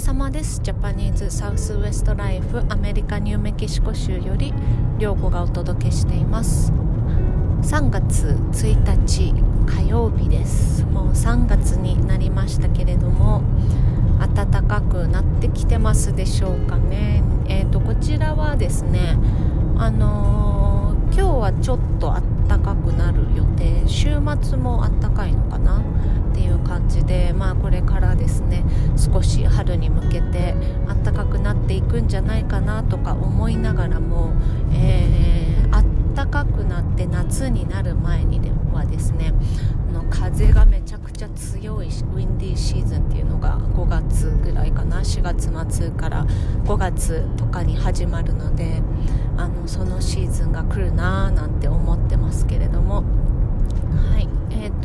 様です。ジャパニーズサウスウエストライフアメリカニューメキシコ州より涼子がお届けしています。3月1日火曜日です。もう3月になりましたけれども、暖かくなってきてますでしょうかね。こちらはですね、今日はちょっと暖かくなる予定、週末も暖かいのかなっていう感じで、これからですね、少し春に向けて暖かくなっていくんじゃないかなとか思いながらも、暖かくなって夏になる前にはですね、風がめちゃくちゃ強いウィンディーシーズンっていうのが5月ぐらいかな、4月末から5月とかに始まるので、そのシーズンが来るなーなんて思ってますけれども、はい、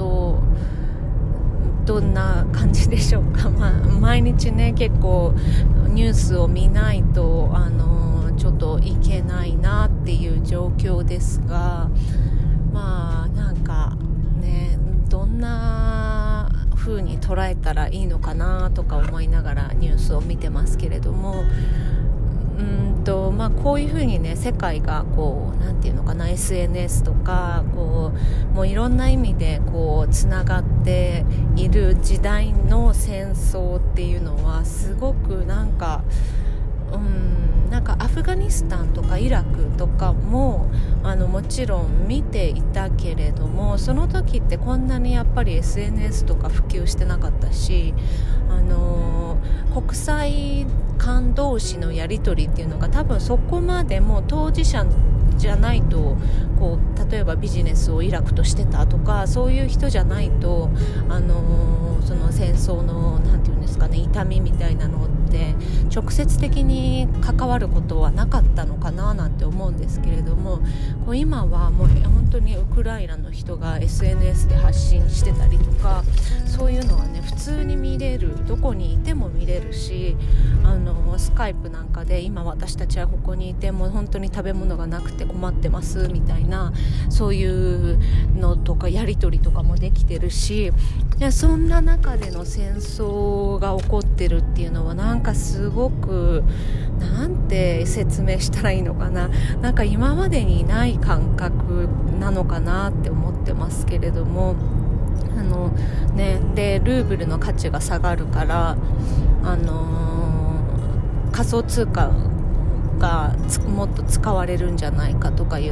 どんな感じでしょうか。毎日ね、結構ニュースを見ないとちょっといけないなっていう状況ですが、なんかね、どんな風に捉えたらいいのかなとか思いながらニュースを見てますけれども、こういう風にね、世界がなんていうのかな、 SNS とかもういろんな意味でつながっている時代の戦争っていうのはすごくなんかアフガニスタンとかイラクとかももちろん見ていたけれども、その時ってこんなにやっぱり SNS とか普及してなかったし、国際間同士のやり取りっていうのが多分そこまでも当事者じゃないと、例えばビジネスをイラクとしてたとかそういう人じゃないと、その戦争のなんていうんですかね、痛みみたいなのって直接的に関わることはなかったのかななんて思うんですけれども、今はもう本当にウクライナの人が SNS で発信してたりとか、そういうのはね、普通に見れる、どこにいても見れるし、スカイプなんかで今私たちはここにいても本当に食べ物がなくて困ってますみたいな、そういうのとかやり取りとかもできてるし、そんな中での戦争が起こってるっていうのはなんかすごく、なんて説明したらいいのかな、なんか今までにない感覚なのかなって思ってますけれども、でルーブルの価値が下がるから、仮想通貨がもっと使われるんじゃないかとか言って、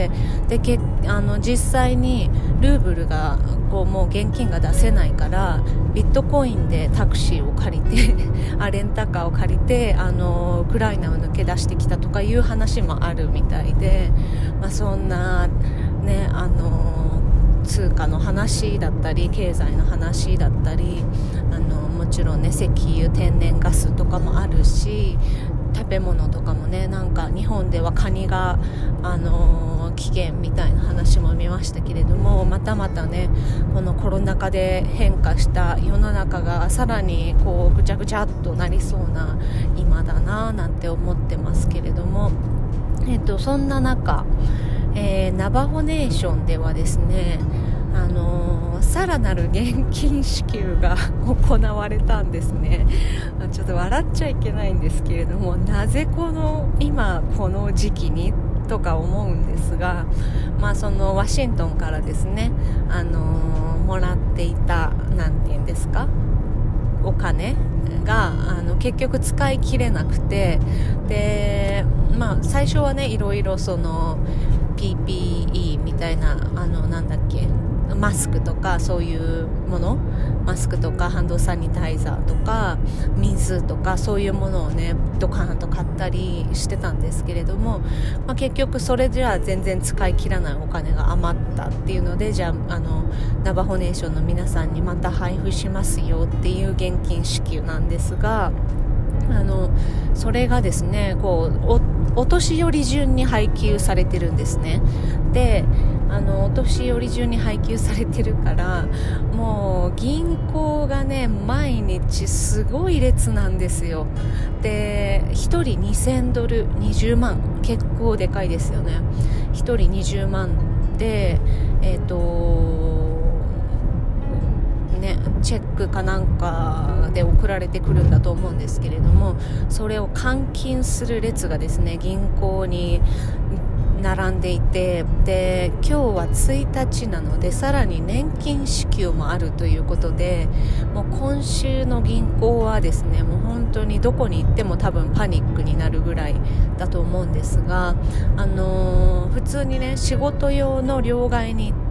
で実際にルーブルがもう現金が出せないからビットコインでタクシーを借りてレンタカーを借りてウクライナを抜け出してきたとかいう話もあるみたいで、そんなね、通貨の話だったり経済の話だったり、もちろんね、石油天然ガスとかもあるし、食べ物とかもね、なんか日本ではカニが、危険みたいな話も見ましたけれども、またね、このコロナ禍で変化した世の中がさらにぐちゃぐちゃっとなりそうな今だななんて思ってますけれども、そんな中、ナバホネーションではですね、さらなる現金支給が行われたんですね。ちょっと笑っちゃいけないんですけれども、なぜ今この時期にとか思うんですが、そのワシントンからですね、もらっていたなんていうんですか、お金が結局使い切れなくて、で最初はね、いろいろその PPE みたいななんだっけ、マスクとかそういうもの、マスクとかハンドサニタイザーとか水とかそういうものをね、ドカーンと買ったりしてたんですけれども、結局それじゃ全然使い切らないお金が余ったっていうので、じゃあナバホネーションの皆さんにまた配布しますよっていう現金支給なんですが、それがですね、お年寄り順に配給されてるんですね。でお年寄り順に配給されてるから、もう銀行がね、毎日すごい列なんですよ。で1人$2000、20万、結構でかいですよね。1人20万でねチェックかなんかで送られてくるんだと思うんですけれども、それを換金する列がですね銀行に並んでいて、で今日は1日なのでさらに年金支給もあるということで、もう今週の銀行はですねもう本当にどこに行っても多分パニックになるぐらいだと思うんですが、普通にね仕事用の両替に行って、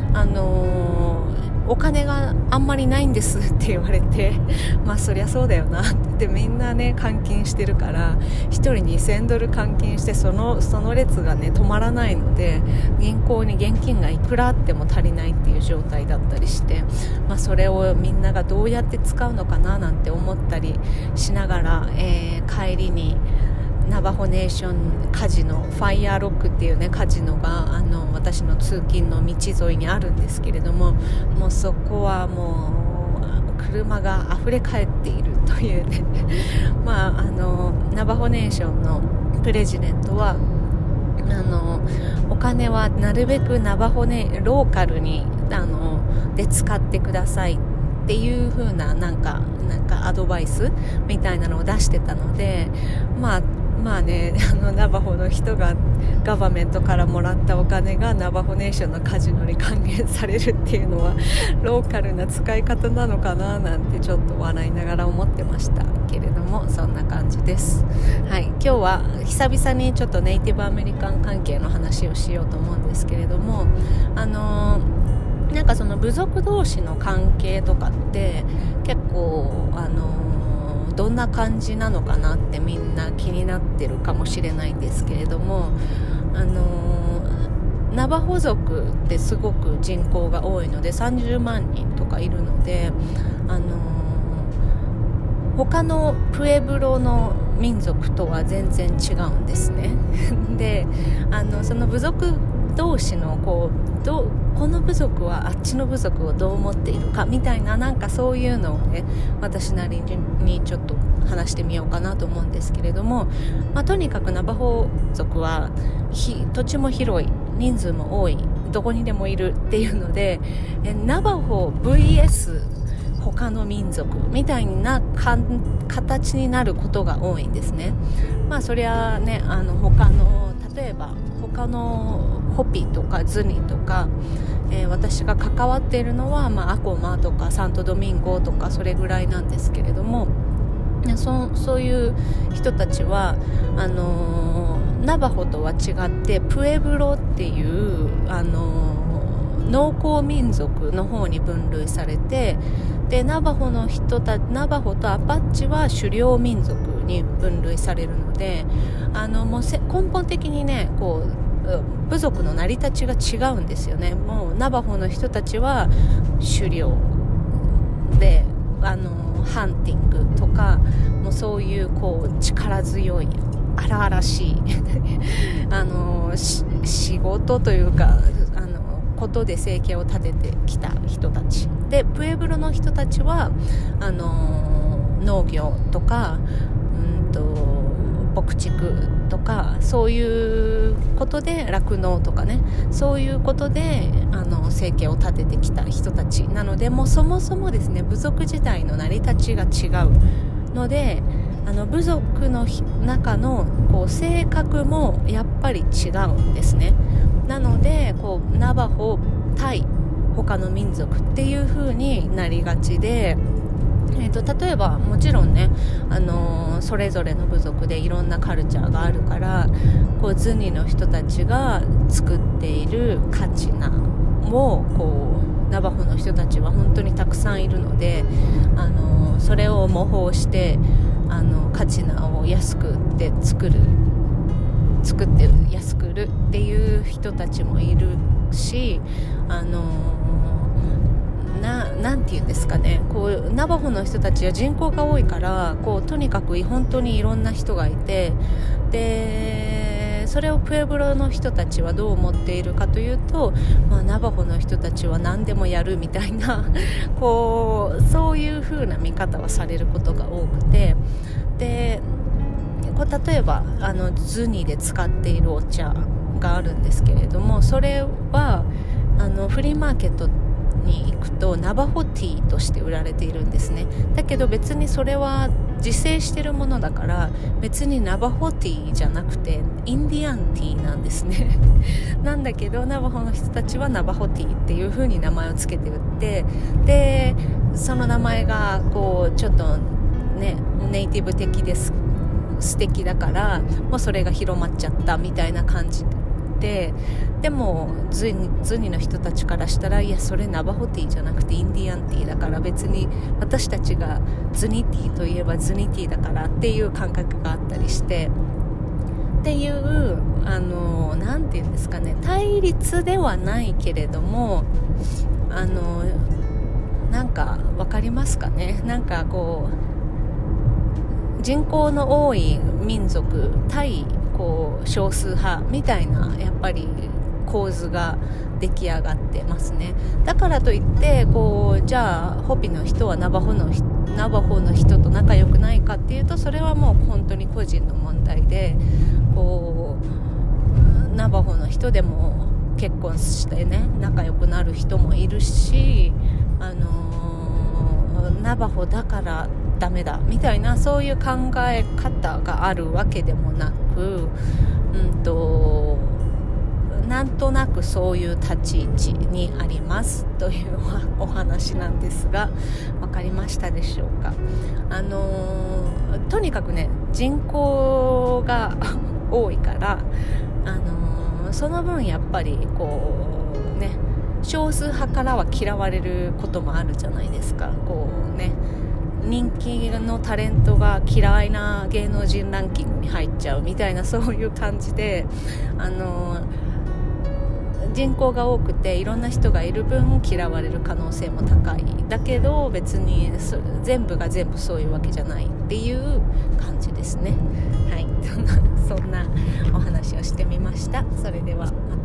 お金があんまりないんですって言われてまあそりゃそうだよなってみんなね換金してるから1人2000ドル換金してその列がね止まらないので、銀行に現金がいくらあっても足りないっていう状態だったりして、まあ、それをみんながどうやって使うのかななんて思ったりしながら、帰りにナバホネーションカジノ、ファイヤーロックっていうねカジノが私の通勤の道沿いにあるんですけれども、もうそこはもう車が溢れ返っているというねまあナバホネーションのプレジデントはお金はなるべくナバホネローカルにで使ってくださいっていう風ななんかアドバイスみたいなのを出してたので、まあねナバホの人がガバメントからもらったお金がナバホネーションのカジノに還元されるっていうのはローカルな使い方なのかななんてちょっと笑いながら思ってましたけれども、そんな感じです。はい、今日は久々にちょっとネイティブアメリカン関係の話をしようと思うんですけれども、なんかその部族同士の関係とかって結構どんな感じなのかなってみんな気になってるかもしれないんですけれども、ナバホ族ってすごく人口が多いので30万人とかいるので、他のプエブロの民族とは全然違うんですねでその部族同士のこの部族はあっちの部族をどう思っているかみたいな、なんかそういうのをね私なりにちょっと話してみようかなと思うんですけれども、とにかくナバホ族は土地も広い、人数も多い、どこにでもいるっていうのでナバホ VS 他の民族みたいな形になることが多いんですね。そりゃね例えば他のホピとかズニとか、私が関わっているのは、アコマとかサントドミンゴとかそれぐらいなんですけれども、そういう人たちはナバホとは違ってプエブロっていう農耕民族の方に分類されて、でナバホとアパッチは狩猟民族に分類されるので、もう根本的にね部族の成り立ちが違うんですよね。もうナバホの人たちは狩猟でハンティングとかもうそういう力強い荒々しい仕事というかことで生計を立ててきた人たちで、プエブロの人たちは農業とか牧畜とかそういうことで酪農とかね、そういうことで生計を立ててきた人たちなので、もうそもそもですね部族自体の成り立ちが違うので、部族の中の性格もやっぱり違うんですね。なのでナバホ対他の民族っていう風になりがちで、例えばもちろんね、それぞれの部族でいろんなカルチャーがあるから、ズニの人たちが作っているカチナをナバホの人たちは本当にたくさんいるので、それを模倣してカチナを安く売って作って安く売るっていう人たちもいるし、なんていうんですかね、ナバホの人たちは人口が多いからとにかく本当にいろんな人がいて、でそれをプエブロの人たちはどう思っているかというと、ナバホの人たちは何でもやるみたいなそういう風な見方はされることが多くて、で例えばズニで使っているお茶があるんですけれども、それはフリーマーケットに行くとナバホティーとして売られているんですね。だけど別にそれは自生してるものだから別にナバホティーじゃなくてインディアンティーなんですねなんだけどナバホの人たちはナバホティーっていう風に名前をつけて売って、でその名前がこうちょっとねネイティブ的です素敵だからもうそれが広まっちゃったみたいな感じで、でもズニの人たちからしたらいやそれナバホティーじゃなくてインディアンティーだから別に私たちがズニティーといえばズニティーだからっていう感覚があったりしてっていうなんていうんですかね、対立ではないけれどもなんかわかりますかね、なんかこう人口の多い民族対こう少数派みたいなやっぱり構図が出来上がってますね。だからといってこうじゃあホピの人はナバホの人と仲良くないかっていうとそれはもう本当に個人の問題で、こうナバホの人でも結婚してね仲良くなる人もいるし、ナバホだからダメだみたいなそういう考え方があるわけでもなく、なんとなくそういう立ち位置にありますというお話なんですが、分かりましたでしょうか。とにかくね人口が多いからその分やっぱりこうね少数派からは嫌われることもあるじゃないですか。こうね人気のタレントが嫌いな芸能人ランキングに入っちゃうみたいなそういう感じで人口が多くていろんな人がいる分嫌われる可能性も高い。だけど別に全部が全部そういうわけじゃないっていう感じですね。はいそんなお話をしてみました。それではまた。